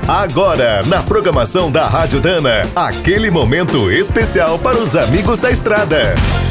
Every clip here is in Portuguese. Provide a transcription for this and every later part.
Agora, na programação da Rádio Dana, aquele momento especial para os amigos da estrada.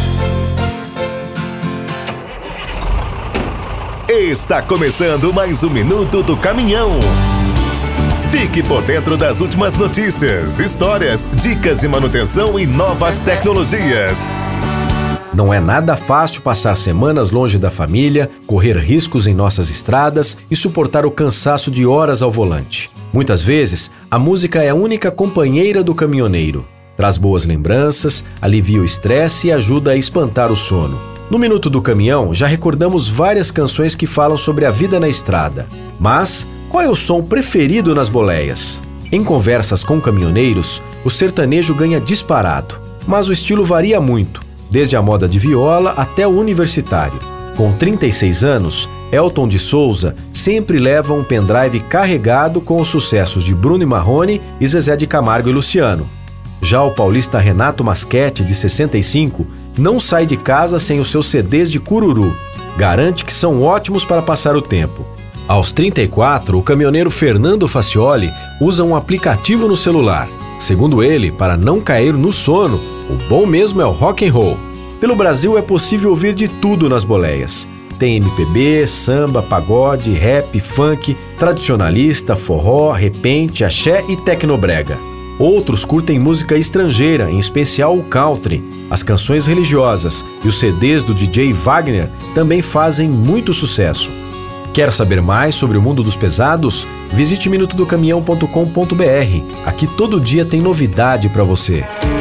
Está começando mais um Minuto do Caminhão. Fique por dentro das últimas notícias, histórias, dicas de manutenção e novas tecnologias. Não é nada fácil passar semanas longe da família, correr riscos em nossas estradas e suportar o cansaço de horas ao volante. Muitas vezes, a música é a única companheira do caminhoneiro. Traz boas lembranças, alivia o estresse e ajuda a espantar o sono. No Minuto do Caminhão, já recordamos várias canções que falam sobre a vida na estrada. Mas, qual é o som preferido nas boleias? Em conversas com caminhoneiros, o sertanejo ganha disparado, mas o estilo varia muito. Desde a moda de viola até o universitário. Com 36 anos, Elton de Souza sempre leva um pendrive carregado com os sucessos de Bruno e Marrone e Zezé de Camargo e Luciano. Já o paulista Renato Masquete, de 65, não sai de casa sem os seus CDs de Cururu. Garante que são ótimos para passar o tempo. Aos 34, o caminhoneiro Fernando Facioli usa um aplicativo no celular. Segundo ele, para não cair no sono, o bom mesmo é o rock and roll. Pelo Brasil é possível ouvir de tudo nas boleias. Tem MPB, samba, pagode, rap, funk, tradicionalista, forró, repente, axé e tecnobrega. Outros curtem música estrangeira, em especial o country. As canções religiosas e os CDs do DJ Wagner também fazem muito sucesso. Quer saber mais sobre o mundo dos pesados? Visite minutodocaminhão.com.br. Aqui todo dia tem novidade para você.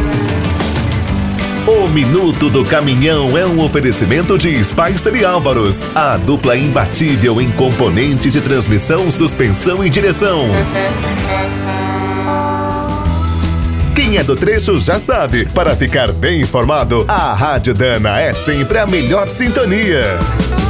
O Minuto do Caminhão é um oferecimento de Spicer e Álvaros, a dupla imbatível em componentes de transmissão, suspensão e direção. Quem é do trecho já sabe, para ficar bem informado, a Rádio Dana é sempre a melhor sintonia.